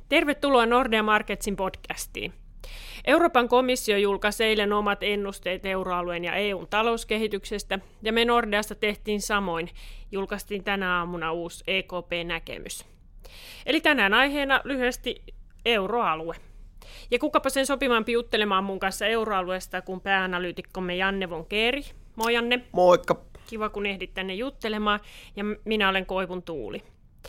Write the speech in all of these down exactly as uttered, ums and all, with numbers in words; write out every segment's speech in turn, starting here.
Tervetuloa Nordea Marketsin podcastiin. Euroopan komissio julkaisi eilen omat ennusteet euroalueen ja E U:n talouskehityksestä, ja me Nordeasta tehtiin samoin. Julkaistiin tänä aamuna uusi E K P-näkemys. Eli tänään aiheena lyhyesti euroalue. Ja kukapa sen sopivampi juttelemaan mun kanssa euroalueesta kuin pääanalyytikkomme Janne von Keeri. Moi Janne. Moikka. Kiva kun ehdit tänne juttelemaan, ja minä olen Koivun Tuuli.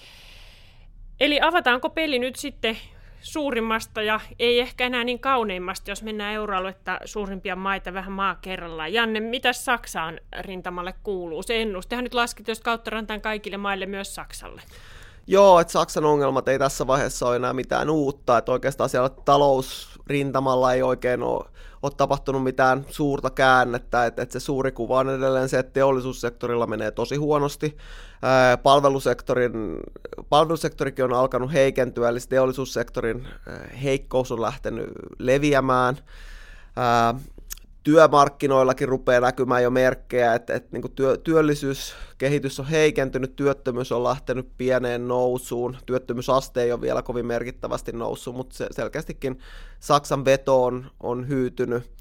Eli avataanko peli nyt sitten suurimmasta ja ei ehkä enää niin kauneimmasta, jos mennään euroaluetta suurimpia maita vähän maa kerrallaan. Janne, mitä Saksaan rintamalle kuuluu? Se ennustehan nyt laskit, jos kautta rantaan kaikille maille, myös Saksalle. Joo, että Saksan ongelmat ei tässä vaiheessa ole enää mitään uutta, että oikeastaan siellä talousrintamalla ei oikein ole, ole tapahtunut mitään suurta käännettä, että, että se suuri kuva on edelleen se, että teollisuussektorilla menee tosi huonosti, ää, palvelusektorin, palvelusektorikin on alkanut heikentyä, eli teollisuussektorin heikkous on lähtenyt leviämään, ää, työmarkkinoillakin rupeaa näkymään jo merkkejä, että, että niin kuin työ, työllisyyskehitys on heikentynyt, työttömyys on lähtenyt pieneen nousuun, työttömyysaste ei ole vielä kovin merkittävästi noussut, mutta se, selkeästikin Saksan veto on, on hyytynyt.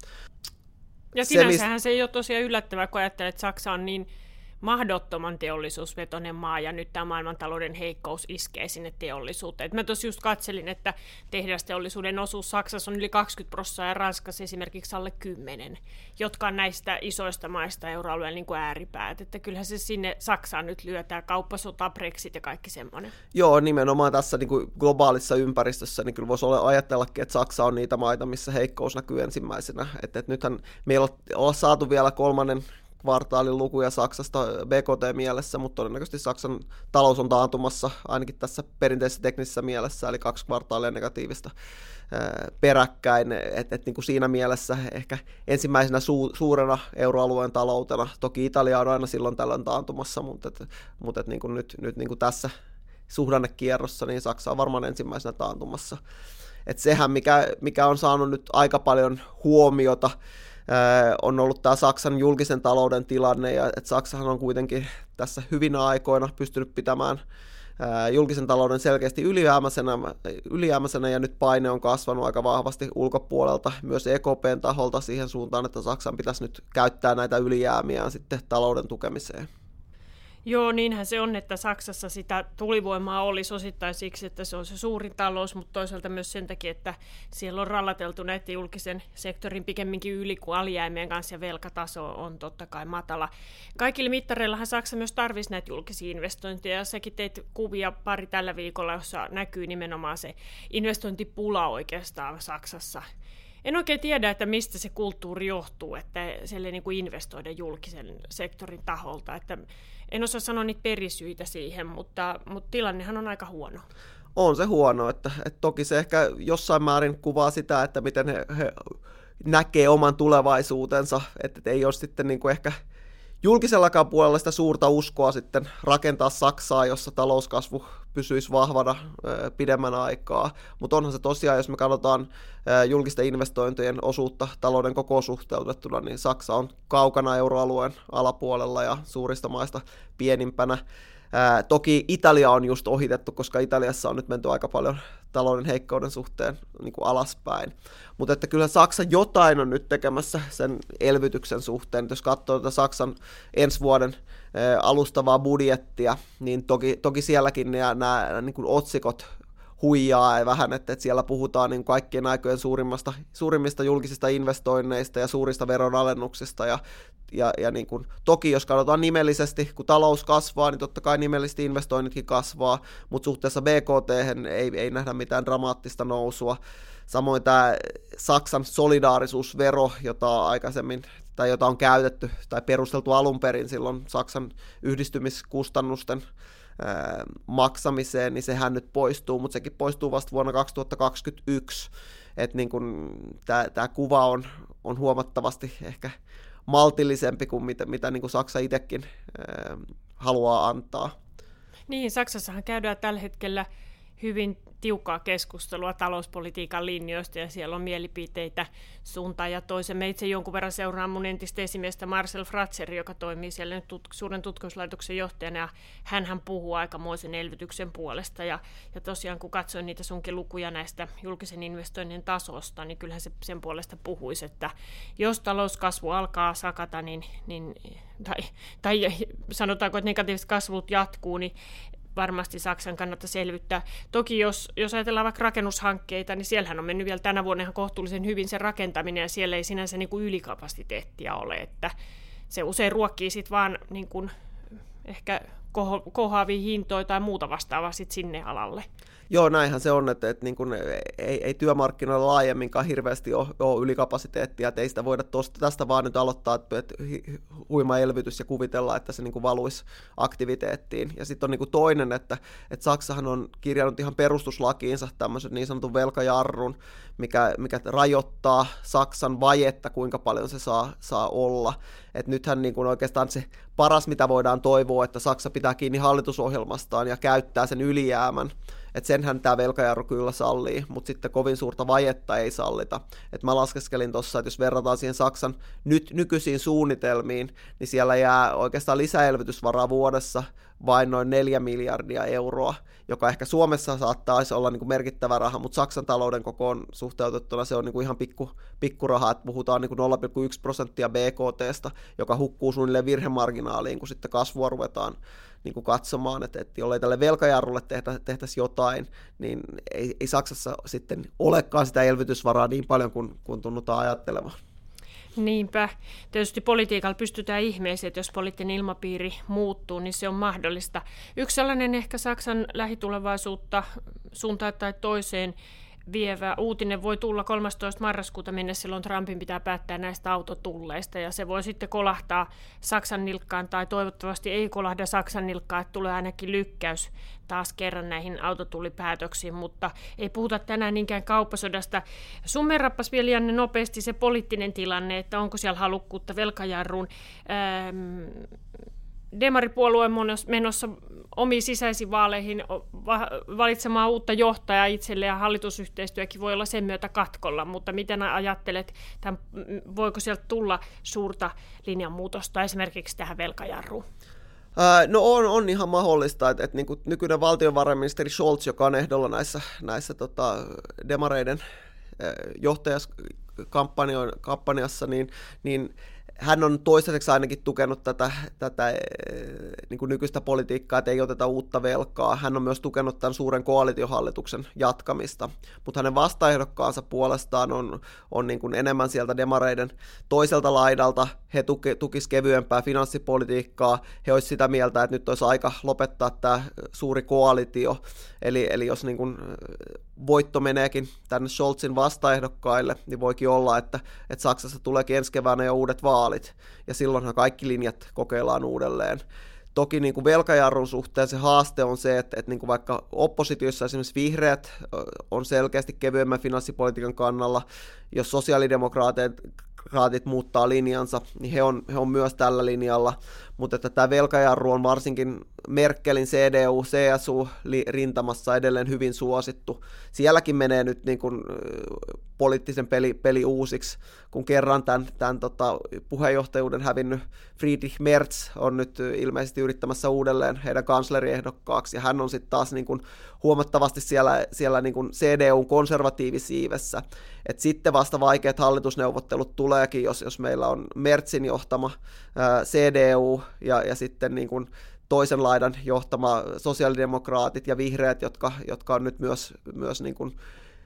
Ja sinänsähän se, se ei ole tosiaan yllättävää, kun ajattelee, että Saksa on niin mahdottoman teollisuusvetoinen maa, ja nyt tämä maailmantalouden heikkous iskee sinne teollisuuteen. Et mä tuossa just katselin, että tehdasteollisuuden osuus Saksassa on yli kaksikymmentä prosenttia ja Ranskassa esimerkiksi alle kymmenen, jotka on näistä isoista maista euroalueen niin kuin ääripäät. Että kyllähän se sinne Saksaan nyt lyö tämä kauppasota, Brexit ja kaikki semmoinen. Joo, nimenomaan tässä niin kuin globaalissa ympäristössä niin kyllä voisi ajatellakin, että Saksa on niitä maita, missä heikkous näkyy ensimmäisenä. Että, että nythän meillä on saatu vielä kolmannen kvartaalin lukuja Saksasta B K T-mielessä, mutta todennäköisesti Saksan talous on taantumassa ainakin tässä perinteisessä teknisessä mielessä, eli kaksi kvartaalia negatiivista ää, peräkkäin, että et, niin siinä mielessä ehkä ensimmäisenä su- suurena euroalueen taloutena, toki Italia on aina silloin tällöin taantumassa, mutta, et, mutta et, niin kuin nyt, nyt niin kuin tässä suhdannekierrossa, niin Saksa on varmaan ensimmäisenä taantumassa. Et sehän, mikä, mikä on saanut nyt aika paljon huomiota, on ollut tämä Saksan julkisen talouden tilanne, ja että Saksahan on kuitenkin tässä hyvinä aikoina pystynyt pitämään julkisen talouden selkeästi ylijäämäisenä, ylijäämäisenä, ja nyt paine on kasvanut aika vahvasti ulkopuolelta, myös E K P:n taholta siihen suuntaan, että Saksan pitäisi nyt käyttää näitä ylijäämiään sitten talouden tukemiseen. Joo, niinhän se on, että Saksassa sitä tulivoimaa olisi osittain siksi, että se on se suurin talous, mutta toisaalta myös sen takia, että siellä on rallateltu näiden julkisen sektorin pikemminkin yli kuin alijäämien kanssa, ja velkataso on totta kai matala. Kaikilla mittareillahan Saksa myös tarvitsisi näitä julkisia investointeja, ja säkin teit kuvia pari tällä viikolla, jossa näkyy nimenomaan se investointipula oikeastaan Saksassa. En oikein tiedä, että mistä se kulttuuri johtuu, että siellä ei niin kuin investoida julkisen sektorin taholta. Että en osaa sanoa niitä perisyitä siihen, mutta, mutta tilannehan on aika huono. On se huono, että, että toki se ehkä jossain määrin kuvaa sitä, että miten he, he näkee oman tulevaisuutensa, että ei ole sitten niin kuin ehkä julkisellakaan puolella sitä suurta uskoa sitten rakentaa Saksaa, jossa talouskasvu pysyisi vahvana ö, pidemmän aikaa. Mutta onhan se tosiaan, jos me katsotaan ö, julkisten investointien osuutta talouden koko suhteutettuna, niin Saksa on kaukana euroalueen alapuolella ja suurista maista pienimpänä. Ää, toki Italia on just ohitettu, koska Italiassa on nyt menty aika paljon talouden heikkouden suhteen niin kuin alaspäin. Mutta että kyllä Saksa jotain on nyt tekemässä sen elvytyksen suhteen. Jos katsoo tätä Saksan ensi vuoden ää, alustavaa budjettia, niin toki, toki sielläkin nämä, nämä niin kuin otsikot huijaa vähän, että, että siellä puhutaan niin kaikkien aikojen suurimmasta, suurimmista julkisista investoinneista ja suurista veronalennuksista, ja, ja, ja niin kuin, toki jos katsotaan nimellisesti, kun talous kasvaa, niin totta kai nimellisesti investoinnitkin kasvaa, mutta suhteessa B K T:hen ei, ei nähdä mitään dramaattista nousua. Samoin tämä Saksan solidaarisuusvero, jota aikaisemmin tai jota on käytetty tai perusteltu alun perin silloin Saksan yhdistymiskustannusten maksamiseen, niin sehän nyt poistuu, mutta sekin poistuu vasta vuonna kaksituhattakaksikymmentäyksi, että niin kun tämä kuva on, on huomattavasti ehkä maltillisempi kuin mitä, mitä niin kuin Saksa itsekin ää, haluaa antaa. Niin, Saksassahan käydään tällä hetkellä hyvin tiukkaa keskustelua talouspolitiikan linjoista, ja siellä on mielipiteitä suuntaan ja toiseen. Me itse jonkun verran seuraan mun entistä esimiestä Marcel Fratzeri, joka toimii siellä nyt tut- suuren tutkimuslaitoksen johtajana, ja hänhän puhuu aikamoisen elvytyksen puolesta, ja, ja tosiaan kun katsoin niitä sunkin lukuja näistä julkisen investoinnin tasosta, niin kyllähän se sen puolesta puhuisi, että jos talouskasvu alkaa sakata, niin, niin tai, tai sanotaanko, että negatiiviset kasvut jatkuu, niin varmasti Saksan kannattaa selvittää. Toki jos, jos ajatellaan vaikka rakennushankkeita, niin siellähän on mennyt vielä tänä vuonna ihan kohtuullisen hyvin se rakentaminen, ja siellä ei sinänsä niin kuin ylikapasiteettia ole, että se usein ruokkii sitten vaan niin kuin ehkä koho, kohoavia hintoja tai muuta vastaavaa sit sinne alalle. Joo, näinhän se on, että, että niin kuin ei, ei työmarkkinoilla laajemminkaan hirveästi ole, ole ylikapasiteettia, että ei sitä voida tosta, tästä vaan nyt aloittaa, että, että huima elvytys ja kuvitella, että se niin kuin valuisi aktiviteettiin. Ja sitten on niin kuin toinen, että, että Saksahan on kirjannut ihan perustuslakiinsa tämmöisen niin sanotun velkajarrun, mikä, mikä rajoittaa Saksan vajetta, kuinka paljon se saa, saa olla. Et nythän niin kuin oikeastaan se paras, mitä voidaan toivoa, että Saksa pitää kiinni hallitusohjelmastaan ja käyttää sen ylijäämän. Että senhän tämä velkajarru kyllä sallii, mutta sitten kovin suurta vajetta ei sallita. Et mä laskeskelin tuossa, että jos verrataan siihen Saksan nyt nykyisiin suunnitelmiin, niin siellä jää oikeastaan lisäelvytysvaraa vuodessa vain noin neljä miljardia euroa, joka ehkä Suomessa saattaisi olla niin kuin merkittävä raha, mutta Saksan talouden kokoon suhteutettuna se on niin kuin ihan pikku, pikkuraha, että puhutaan niin kuin nolla pilkku yksi prosenttia B K T:stä, joka hukkuu suunnilleen virhemarginaaliin, kun sitten kasvua ruvetaan niin kuin katsomaan, että, että jollei tälle velkajarrulle tehdä, tehtäisi jotain, niin ei, ei Saksassa sitten olekaan sitä elvytysvaraa niin paljon kuin, kuin tunnutaan ajattelemaan. Niinpä. Tietysti politiikalla pystytään ihmeeseen, että jos poliittinen ilmapiiri muuttuu, niin se on mahdollista. Yksi sellainen ehkä Saksan lähitulevaisuutta suuntaan tai toiseen vievä uutinen voi tulla kolmastoista marraskuuta mennessä, silloin Trumpin pitää päättää näistä autotulleista, ja se voi sitten kolahtaa Saksan nilkkaan, tai toivottavasti ei kolahda Saksan nilkkaan, että tulee ainakin lykkäys taas kerran näihin autotullipäätöksiin, mutta ei puhuta tänään niinkään kauppasodasta. Summerappas vielä, Janne, nopeasti se poliittinen tilanne, että onko siellä halukkuutta velkajarruun. Ähm, Demaripuolue on menossa omiin sisäisiin vaaleihin valitsemaan uutta johtajaa itselle, ja hallitusyhteistyökin voi olla sen myötä katkolla, mutta miten ajattelet, tämän, voiko sieltä tulla suurta linjanmuutosta esimerkiksi tähän velkajarruun? No on, on ihan mahdollista, että, että niin kuin nykyinen valtiovarainministeri Scholz, joka on ehdolla näissä, näissä tota, demareiden johtajakampanjassa, niin, niin hän on toistaiseksi ainakin tukenut tätä, tätä niin kuin nykyistä politiikkaa, että ei oteta uutta velkaa. Hän on myös tukenut tämän suuren koalitiohallituksen jatkamista, mutta hänen vastaehdokkaansa puolestaan on, on niin kuin enemmän sieltä demareiden toiselta laidalta. He tuki, tukisivat kevyempää finanssipolitiikkaa. He olisivat sitä mieltä, että nyt olisi aika lopettaa tämä suuri koalitio. Eli, eli jos niin kuin voitto meneekin tänne Scholzin vastaehdokkaille, niin voikin olla, että, että Saksassa tuleekin ensi keväänä jo uudet vaalit, ja silloinhan kaikki linjat kokeillaan uudelleen. Toki niin kuin velkajarrun suhteen se haaste on se, että, että niin kuin vaikka oppositiossa esimerkiksi vihreät on selkeästi kevyemmän finanssipolitiikan kannalla, jos sosiaalidemokraatit Raatit muuttaa linjansa, niin he on, he on myös tällä linjalla, mutta että tämä velkajarru on varsinkin Merkelin C D U C S U-rintamassa edelleen hyvin suosittu. Sielläkin menee nyt niin kuin poliittisen peli, peli uusiksi, kun kerran tämän, tämän tota, puheenjohtajuuden hävinnyt Friedrich Merz on nyt ilmeisesti yrittämässä uudelleen heidän kansleriehdokkaaksi, ja hän on sitten taas niin kuin huomattavasti siellä, siellä niin kuin C D U:n konservatiivisiivessä. Et sitten vasta vaikeat hallitusneuvottelut tuleekin, jos, jos meillä on Merzin johtama ää, C D U ja, ja sitten niin kuin toisen laidan johtama sosiaalidemokraatit ja vihreät, jotka, jotka on nyt myös, myös niin kuin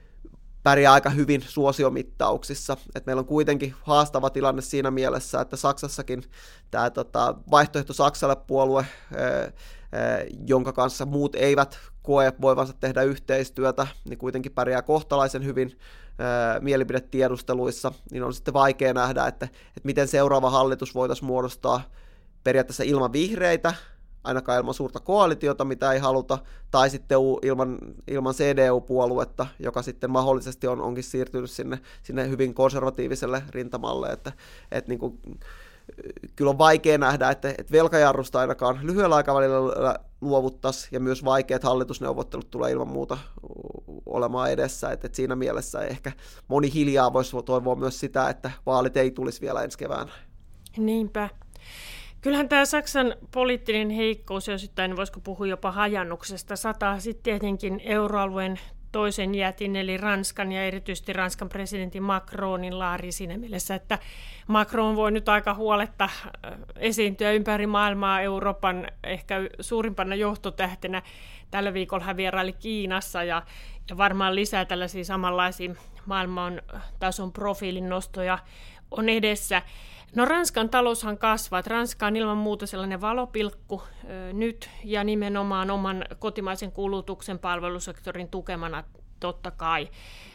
pärjää aika hyvin suosiomittauksissa. Et meillä on kuitenkin haastava tilanne siinä mielessä, että Saksassakin tämä tota, vaihtoehto Saksalle puolue, ää, ää, jonka kanssa muut eivät koe voivansa tehdä yhteistyötä, niin kuitenkin pärjää kohtalaisen hyvin ää, mielipidetiedusteluissa, niin on sitten vaikea nähdä, että, että miten seuraava hallitus voitaisiin muodostaa periaatteessa ilman vihreitä, ainakaan ilman suurta koalitiota, mitä ei haluta, tai sitten ilman, ilman C D U-puoluetta, joka sitten mahdollisesti on, onkin siirtynyt sinne, sinne hyvin konservatiiviselle rintamalle, että, että niin kuin, kyllä on vaikea nähdä, että, että velkajarrusta ainakaan lyhyellä aikavälillä luovuttaisiin, ja myös vaikeat hallitusneuvottelut tulee ilman muuta olemaan edessä, että et siinä mielessä ehkä moni hiljaa voisi toivoa myös sitä, että vaalit ei tulisi vielä ensi keväänä. Niinpä. Kyllähän tämä Saksan poliittinen heikkous, osittain voisiko puhua jopa hajannuksesta, sataa sitten tietenkin euroalueen toisen jätin, eli Ranskan ja erityisesti Ranskan presidentin Macronin laari siinä mielessä, että Macron voi nyt aika huoletta esiintyä ympäri maailmaa Euroopan ehkä suurimpana johtotähtenä. Tällä viikolla hän vieraili Kiinassa ja, ja varmaan lisää tällaisia samanlaisia maailman tason profiilin nostoja on edessä. No Ranskan taloushan kasvaa. Ranska on ilman muuta sellainen valopilkku ö, nyt ja nimenomaan oman kotimaisen kulutuksen palvelusektorin tukemana totta kai.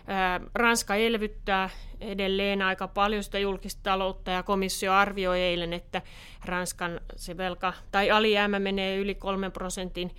Ö, Ranska elvyttää edelleen aika paljon sitä julkista taloutta ja komissio arvioi eilen, että Ranskan se velka tai alijäämä menee yli kolmen prosentin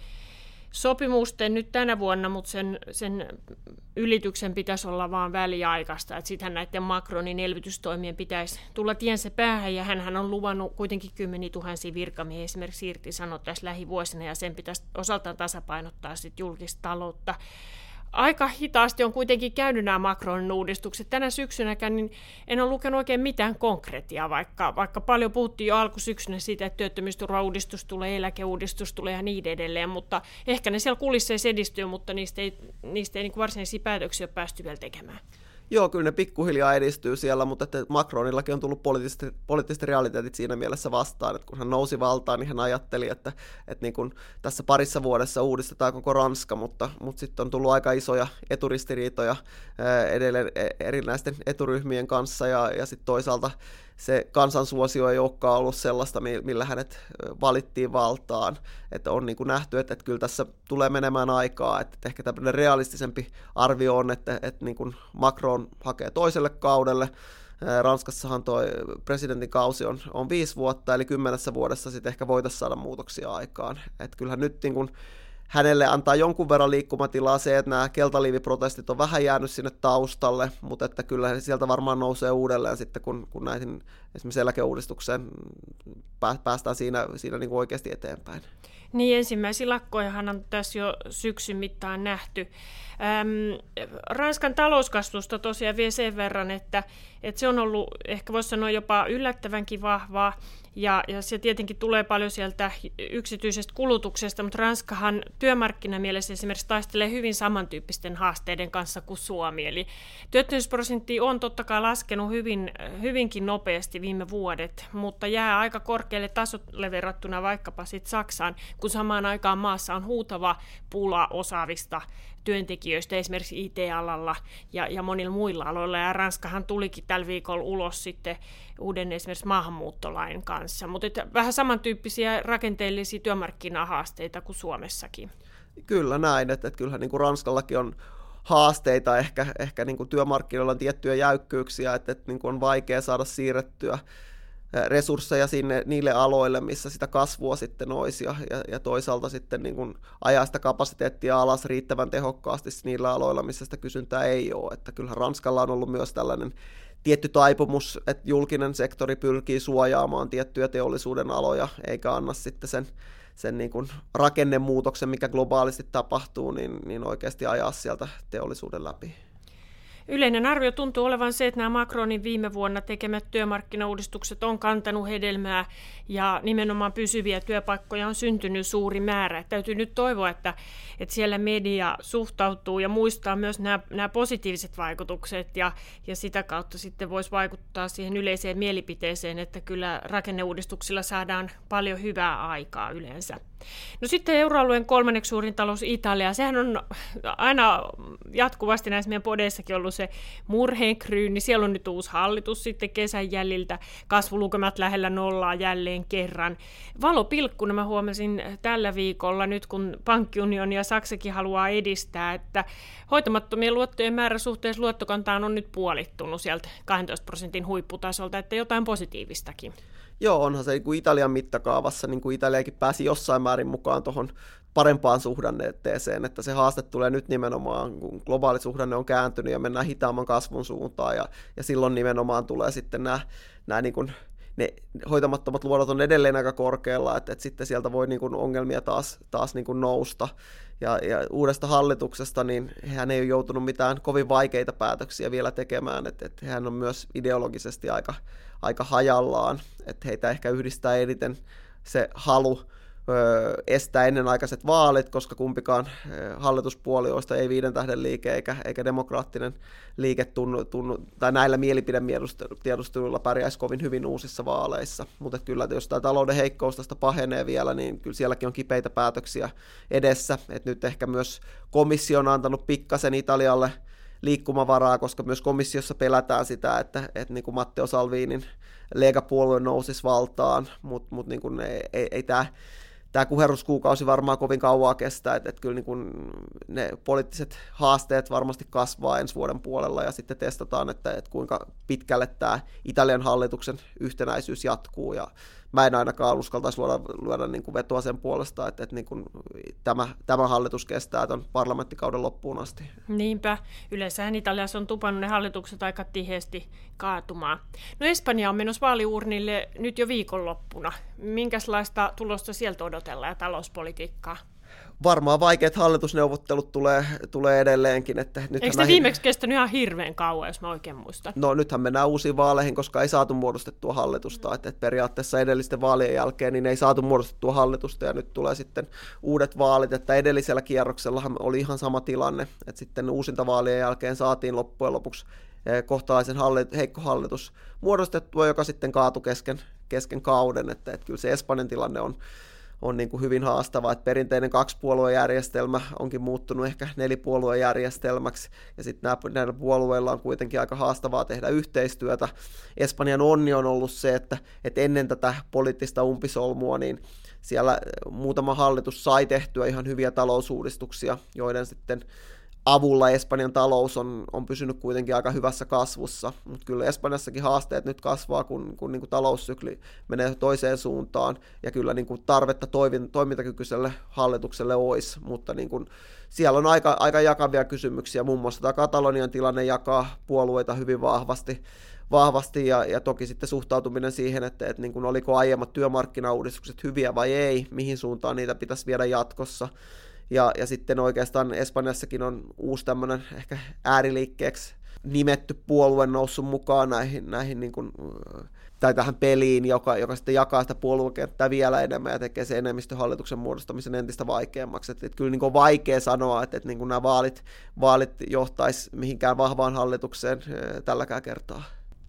sopimusten nyt tänä vuonna, mutta sen, sen ylityksen pitäisi olla vaan väliaikaista. Sittenhän näiden Macronin elvytystoimien pitäisi tulla tiensä päähän, ja hänhän on luvannut kuitenkin kymmeniä tuhansia virkamiehiä esimerkiksi irtisanoa tässä lähivuosina, ja sen pitäisi osaltaan tasapainottaa sit julkista taloutta. Aika hitaasti on kuitenkin käynyt nämä Macronin uudistukset. Tänä syksynäkään niin en ole lukenut oikein mitään konkretiaa, vaikka, vaikka paljon puhuttiin jo alkusyksynä siitä, että työttömyysturvauudistus tulee, eläkeuudistus tulee ja niin edelleen, mutta ehkä ne siellä kulisseissa edistyy, mutta niistä ei, niistä ei niin kuin varsinaisia päätöksiä ole päästy vielä tekemään. Joo, kyllä ne pikkuhiljaa edistyy siellä, mutta että Macronillakin on tullut poliittiset, poliittiset realiteetit siinä mielessä vastaan, että kun hän nousi valtaan, niin hän ajatteli, että, että niin kuin tässä parissa vuodessa uudistetaan koko Ranska, mutta, mutta sitten on tullut aika isoja eturistiriitoja edelleen erinäisten eturyhmien kanssa, ja, ja sitten toisaalta se kansansuosio ei olekaan ollut sellaista, millä hänet valittiin valtaan. Että on niin kuin nähty, että, että kyllä tässä tulee menemään aikaa. Että ehkä tämmöinen realistisempi arvio on, että, että niin kuin Macron hakee toiselle kaudelle. Ranskassahan tuo presidentin kausi on, on viisi vuotta, eli kymmenessä vuodessa sitten ehkä voitaisiin saada muutoksia aikaan. Että kyllähän nyt niin kuin hänelle antaa jonkun verran liikkumatilaa se, että nämä keltaliiviprotestit on vähän jäänyt sinne taustalle, mutta että kyllä sieltä varmaan nousee uudelleen sitten, kun, kun näihin esimerkiksi eläkeuudistukseen päästään siinä, siinä niin kuin oikeasti eteenpäin. Niin, ensimmäisiä lakkojahan on tässä jo syksyn mittaan nähty. Ähm, Ranskan talouskasvusta tosiaan vielä sen verran, että, että se on ollut, ehkä voisi sanoa jopa yllättävänkin vahvaa, ja, ja se tietenkin tulee paljon sieltä yksityisestä kulutuksesta, mutta Ranskahan työmarkkinamielessä esimerkiksi taistelee hyvin samantyyppisten haasteiden kanssa kuin Suomi, eli työttömyysprosentti on totta kai laskenut hyvin, hyvinkin nopeasti viime vuodet, mutta jää aika korkealle tasolle verrattuna vaikkapa sitten Saksaan, kun samaan aikaan maassa on huutava pula osaavista työntekijöistä esimerkiksi I T-alalla ja, ja monilla muilla aloilla, ja Ranskahan tulikin tällä viikolla ulos sitten uuden esimerkiksi maahanmuuttolain kanssa, mutta vähän samantyyppisiä rakenteellisia työmarkkinahaasteita kuin Suomessakin. Kyllä näin, että, että kyllähän niin kuin Ranskallakin on haasteita, ehkä, ehkä niin kuin työmarkkinoilla on tiettyjä jäykkyyksiä, että, että niin kuin on vaikea saada siirrettyä resursseja sinne niille aloille, missä sitä kasvua sitten olisi, ja, ja toisaalta sitten niin kuin ajaa sitä kapasiteettia alas riittävän tehokkaasti niillä aloilla, missä sitä kysyntää ei ole. Että kyllähän Ranskalla on ollut myös tällainen tietty taipumus, että julkinen sektori pyrkii suojaamaan tiettyjä teollisuuden aloja, eikä anna sitten sen, sen niin kuin rakennemuutoksen, mikä globaalisti tapahtuu, niin, niin oikeasti ajaa sieltä teollisuuden läpi. Yleinen arvio tuntuu olevan se, että nämä Macronin viime vuonna tekemät työmarkkinauudistukset on kantanut hedelmää ja nimenomaan pysyviä työpaikkoja on syntynyt suuri määrä. Että täytyy nyt toivoa, että, että siellä media suhtautuu ja muistaa myös nämä, nämä positiiviset vaikutukset ja, ja sitä kautta sitten voisi vaikuttaa siihen yleiseen mielipiteeseen, että kyllä rakenneuudistuksilla saadaan paljon hyvää aikaa yleensä. No sitten euroalueen kolmanneksi suurin talous Italia. Sehän on aina jatkuvasti näissä meidän podeissakin ollut se murheenkryyni. Siellä on nyt uusi hallitus sitten kesän jäljiltä. Kasvulukemat lähellä nollaa jälleen kerran. Valopilkkuna mä huomasin tällä viikolla nyt, kun pankkiunioni ja Saksakin haluaa edistää, että hoitamattomien luottojen määrä suhteessa luottokantaan on nyt puolittunut sieltä kahdentoista prosentin huipputasolta, että jotain positiivistakin. Joo, onhan se niin kuin Italian mittakaavassa, niin kuin Italiakin pääsi jossain määrin mukaan tuohon parempaan suhdanneeseen, että se haaste tulee nyt nimenomaan, kun globaali suhdanne on kääntynyt ja mennään hitaamman kasvun suuntaan, ja, ja silloin nimenomaan tulee sitten nämä, nämä niin kuin ne hoitamattomat luodot on edelleen aika korkealla, että, että sitten sieltä voi niin kuin ongelmia taas, taas niin kuin nousta. Ja, ja uudesta hallituksesta, niin hän ei ole joutunut mitään kovin vaikeita päätöksiä vielä tekemään, että, että hän on myös ideologisesti aika, aika hajallaan, että heitä ehkä yhdistää eniten se halu estää ennenaikaiset vaalit, koska kumpikaan hallituspuolueista ei viiden tähden liike eikä, eikä demokraattinen liike tunnu, tunnu, tai näillä mielipidetiedusteluilla pärjäisi kovin hyvin uusissa vaaleissa. Mutta kyllä, jos tämä talouden heikkous tästä pahenee vielä, niin kyllä sielläkin on kipeitä päätöksiä edessä. Et nyt ehkä myös komissio on antanut pikkasen Italialle liikkumavaraa, koska myös komissiossa pelätään sitä, että, että niin kuin Matteo Salvinin Lega-puolue nousisi valtaan, mutta mut niin ei, ei, ei tämä Tämä kuherruskuukausi varmaan kovin kauaa kestää, että, että kyllä niin kuin ne poliittiset haasteet varmasti kasvaa ensi vuoden puolella ja sitten testataan, että, että kuinka pitkälle tämä Italian hallituksen yhtenäisyys jatkuu ja mä en ainakaan uskaltaisi luoda, luoda niin kuin vetoa sen puolesta, että, että niin kuin tämä, tämä hallitus kestää tuon parlamenttikauden loppuun asti. Niinpä. Yleensähän Italiassa on tupannut ne hallitukset aika tiheesti kaatumaan. No Espanja on menossa vaaliurnille nyt jo viikonloppuna. Minkälaista tulosta sieltä odotellaan ja talouspolitiikkaa? Varmaan vaikeat hallitusneuvottelut tulee, tulee edelleenkin. Että Eikö ne näihin... viimeksi kestänyt ihan hirveän kauan, jos mä oikein muistan? No nythän mennään uusiin vaaleihin, koska ei saatu muodostettua hallitusta. Että, että periaatteessa edellisten vaalien jälkeen niin ei saatu muodostettua hallitusta ja nyt tulee sitten uudet vaalit. Että edellisellä kierroksellahan oli ihan sama tilanne. Että sitten uusinta vaalien jälkeen saatiin loppujen lopuksi kohtalaisen hallit, heikko hallitus muodostettua, joka sitten kaatui kesken, kesken kauden. Että, että kyllä se Espanjan tilanne on on niin kuin hyvin haastava, että perinteinen kaksipuoluejärjestelmä onkin muuttunut ehkä nelipuoluejärjestelmäksi, ja sitten näillä puolueilla on kuitenkin aika haastavaa tehdä yhteistyötä. Espanjan onni on ollut se, että, että ennen tätä poliittista umpisolmua, niin siellä muutama hallitus sai tehtyä ihan hyviä talousuudistuksia, joiden sitten avulla Espanjan talous on, on pysynyt kuitenkin aika hyvässä kasvussa, mutta kyllä Espanjassakin haasteet nyt kasvaa, kun, kun niin kuin taloussykli menee toiseen suuntaan, ja kyllä niin kuin tarvetta toivin, toimintakykyiselle hallitukselle olisi, mutta niin kuin siellä on aika, aika jakavia kysymyksiä, muun muassa tämä Katalonian tilanne jakaa puolueita hyvin vahvasti, vahvasti ja, ja toki sitten suhtautuminen siihen, että, että niin kuin oliko aiemmat työmarkkinauudistukset hyviä vai ei, mihin suuntaan niitä pitäisi viedä jatkossa. Ja, ja sitten oikeastaan Espanjassakin on uusi tämmöinen ehkä ääriliikkeeksi nimetty puolue noussut mukaan näihin, näihin niin kuin, tai tähän peliin, joka, joka sitten jakaa sitä puoluekenttää vielä enemmän ja tekee sen enemmistöhallituksen muodostamisen entistä vaikeammaksi. Että, että kyllä niin kuin on vaikea sanoa, että, että niin kuin nämä vaalit, vaalit johtaisi mihinkään vahvaan hallitukseen tälläkään kertaa.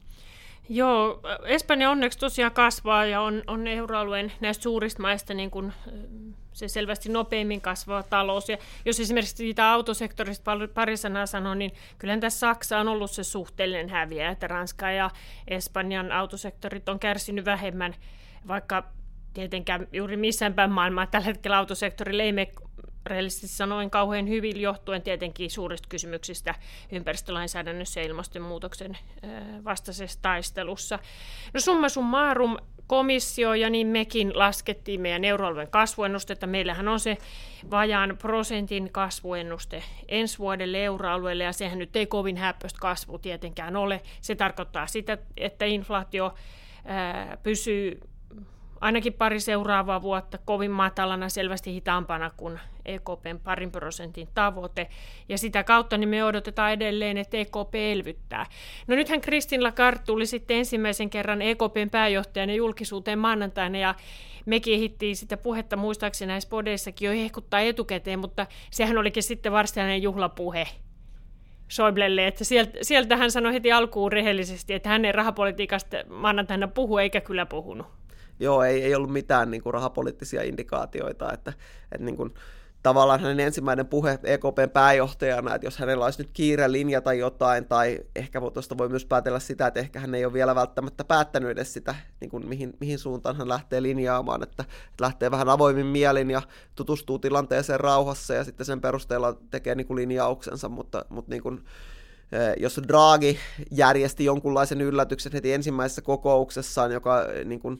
Joo, Espanja onneksi tosiaan kasvaa ja on, on euroalueen näistä suurista maista niin kuin se selvästi nopeimmin kasvava talous. Ja jos esimerkiksi siitä autosektorista pari sanaa sanoo, niin kyllähän tässä Saksa on ollut se suhteellinen häviäjä, että Ranska ja Espanjan autosektorit on kärsinyt vähemmän, vaikka tietenkään juuri missään päin maailmaa tällä hetkellä autosektorille ei mene rehellisesti sanoen kauhean hyvin, johtuen tietenkin suurista kysymyksistä ympäristölainsäädännössä ja ilmastonmuutoksen vastaisessa taistelussa. No summa summarum, komissio ja niin mekin laskettiin meidän euroalueen kasvuennustetta. Meillähän on se vajaan prosentin kasvuennuste ensi vuodelle euroalueelle, ja sehän nyt ei kovin häppöistä kasvu tietenkään ole. Se tarkoittaa sitä, että inflaatio ää, pysyy ainakin pari seuraavaa vuotta kovin matalana, selvästi hitaampana kuin E K P:n parin prosentin tavoite. Ja sitä kautta niin me odotetaan edelleen, että E K P elvyttää. No nythän Christine Lagarde tuli sitten ensimmäisen kerran E K P:n pääjohtajana julkisuuteen maanantaina, ja mekin ehdittiin sitä puhetta muistaakseni näissä podeissakin jo hehkuttaa etukäteen, mutta sehän olikin sitten varsinainen juhlapuhe Schäublelle, että sieltä, sieltä hän sanoi heti alkuun rehellisesti, että hän ei rahapolitiikasta maanantaina puhu eikä kyllä puhunut. Joo, ei, ei ollut mitään niin kuin rahapoliittisia indikaatioita, että, että niin kuin, tavallaan hänen ensimmäinen puhe E K P:n pääjohtajana, että jos hänellä olisi nyt kiire linjata jotain, tai ehkä tuosta voi myös päätellä sitä, että ehkä hän ei ole vielä välttämättä päättänyt edes sitä, niin kuin mihin, mihin suuntaan hän lähtee linjaamaan, että, että lähtee vähän avoimin mielin ja tutustuu tilanteeseen rauhassa ja sitten sen perusteella tekee niin kuin linjauksensa, mutta, mutta niin kuin, jos Draghi järjesti jonkunlaisen yllätyksen heti ensimmäisessä kokouksessaan, joka niin kuin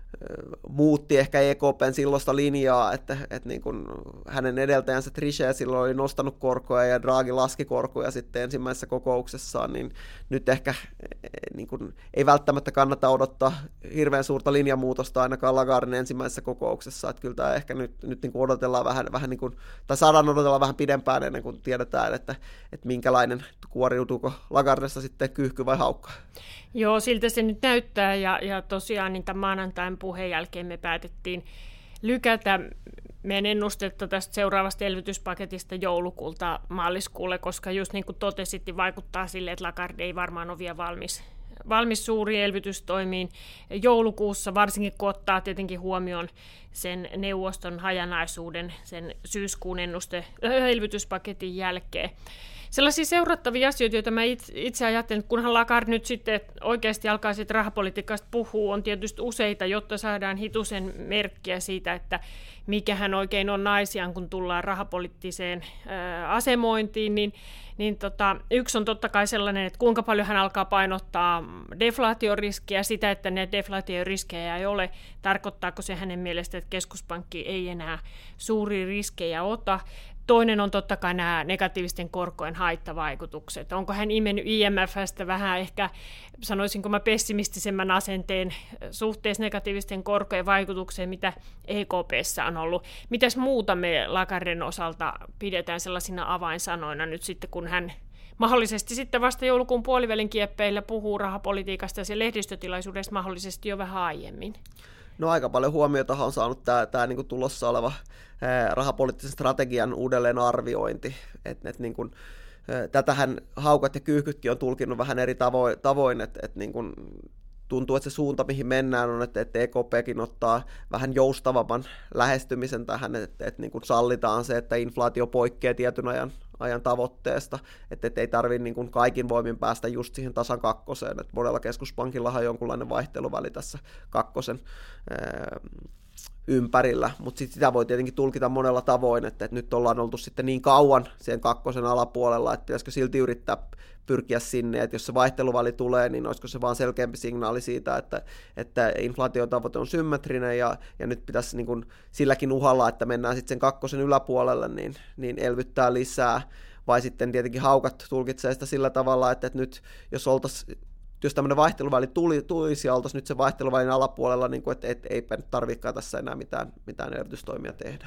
muutti ehkä E K P:n silloista linjaa, että, että niin kuin hänen edeltäjänsä Trichet silloin oli nostanut korkoja ja Draghi laski korkoja sitten ensimmäisessä kokouksessaan, niin nyt ehkä niin kuin, ei välttämättä kannata odottaa hirveän suurta linjamuutosta ainakaan Lagarden ensimmäisessä kokouksessa, että kyllä tämä ehkä nyt, nyt niin kuin odotellaan vähän, vähän niin kuin, tai saadaan odotella vähän pidempään ennen kuin tiedetään, että, että minkälainen kuoriutuuko Lagardesta sitten kyyhky vai haukka. Joo, siltä se nyt näyttää, ja, ja tosiaan niin tämän maanantain puheen jälkeen me päätettiin lykätä meidän ennustetta tästä seuraavasta elvytyspaketista joulukuulta maaliskuulle, koska just niin kuin totesit, niin vaikuttaa sille, että Lagarde ei varmaan ole vielä valmis, valmis suuriin elvytystoimiin joulukuussa, varsinkin kun ottaa tietenkin huomioon sen neuvoston hajanaisuuden sen syyskuun ennuste elvytyspaketin jälkeen. Sellaisia seurattavia asioita, joita mä itse ajattelen, kunhan Lagarde nyt sitten oikeasti alkaa sitten rahapolitiikasta puhua, on tietysti useita, jotta saadaan hitusen merkkiä siitä, että mikähän oikein on naisiaan, kun tullaan rahapoliittiseen ää, asemointiin, niin, niin tota, yksi on totta kai sellainen, että kuinka paljon hän alkaa painottaa deflaatioriskiä, sitä, että ne deflaatioriskejä ei ole, tarkoittaako se hänen mielestä, että keskuspankki ei enää suuria riskejä ota. Toinen on totta kai nämä negatiivisten korkojen haittavaikutukset. Onko hän imennyt I M F:stä vähän ehkä, sanoisinko mä pessimistisemmän asenteen suhteessa negatiivisten korkojen vaikutukseen, mitä E K P:ssä on ollut. Mitäs muuta me Lagarden osalta pidetään sellaisina avainsanoina nyt sitten, kun hän mahdollisesti sitten vasta joulukuun puolivälin kieppeillä puhuu rahapolitiikasta ja se lehdistötilaisuudessa mahdollisesti jo vähän aiemmin? No aika paljon huomiota on saanut tämä, tämä niin kuin tulossa oleva ää, rahapoliittisen strategian uudelleenarviointi. Et, et, niin kuin, ää, tätähän haukat ja kyyhkytkin on tulkinnut vähän eri tavoin, tavoin että et, niin kuin, tuntuu, että se suunta, mihin mennään, on, että, että E K P:kin ottaa vähän joustavamman lähestymisen tähän, että, että niin kuin sallitaan se, että inflaatio poikkeaa tietyn ajan, ajan tavoitteesta, että, että ei tarvitse niin kuin kaikin voimin päästä just siihen tasan kakkoseen, että monella keskuspankillahan on jonkunlainen vaihteluväli tässä kakkosen ää, ympärillä, mutta sitä voi tietenkin tulkita monella tavoin, että, että nyt ollaan oltu sitten niin kauan sen kakkosen alapuolella, että pitäisikö silti yrittää pyrkiä sinne, että jos se vaihteluväli tulee, niin olisiko se vaan selkeämpi signaali siitä, että, että inflaatiotavoite on symmetrinen ja, ja nyt pitäisi niin kuin silläkin uhalla, että mennään sitten sen kakkosen yläpuolelle, niin, niin elvyttää lisää, vai sitten tietenkin haukat tulkitsee sitä sillä tavalla, että, että nyt jos oltaisiin jos tämmöinen vaihteluväli tuli, tulisi ja oltaisiin nyt sen vaihteluvälin alapuolella, niin kuin, että et, eipä nyt tarvitsekaan tässä enää mitään, mitään elvytystoimia tehdä.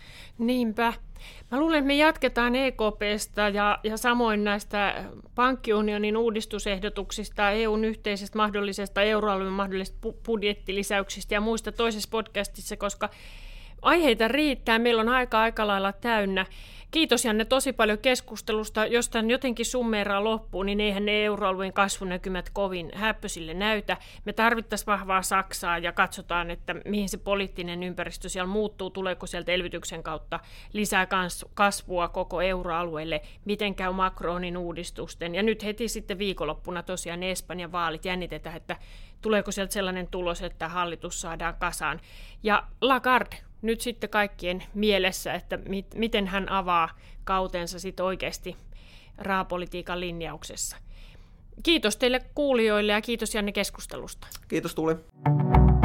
Niinpä. Mä luulen, että me jatketaan E K P:stä ja, ja samoin näistä pankkiunionin uudistusehdotuksista, E U:n yhteisestä mahdollisesta euroalueen mahdollisesta budjettilisäyksistä ja muista toisessa podcastissa, koska aiheita riittää, meillä on aika aika lailla täynnä. Kiitos Janne tosi paljon keskustelusta. Jos tämän jotenkin summeeraa loppuun, niin eihän ne euroalueen kasvunäkymät kovin häppöisille näytä. Me tarvittaisiin vahvaa Saksaa ja katsotaan, että mihin se poliittinen ympäristö siellä muuttuu, tuleeko sieltä elvytyksen kautta lisää kasvua koko euroalueelle, miten käy Macronin uudistusten. Ja nyt heti sitten viikonloppuna tosiaan Espanjan vaalit jännitetään, että tuleeko sieltä sellainen tulos, että hallitus saadaan kasaan. Ja Lagarde. Nyt sitten kaikkien mielessä, että mit, miten hän avaa kautensa sitten oikeasti rahapolitiikan linjauksessa. Kiitos teille kuulijoille ja kiitos Janne keskustelusta. Kiitos Tuuli.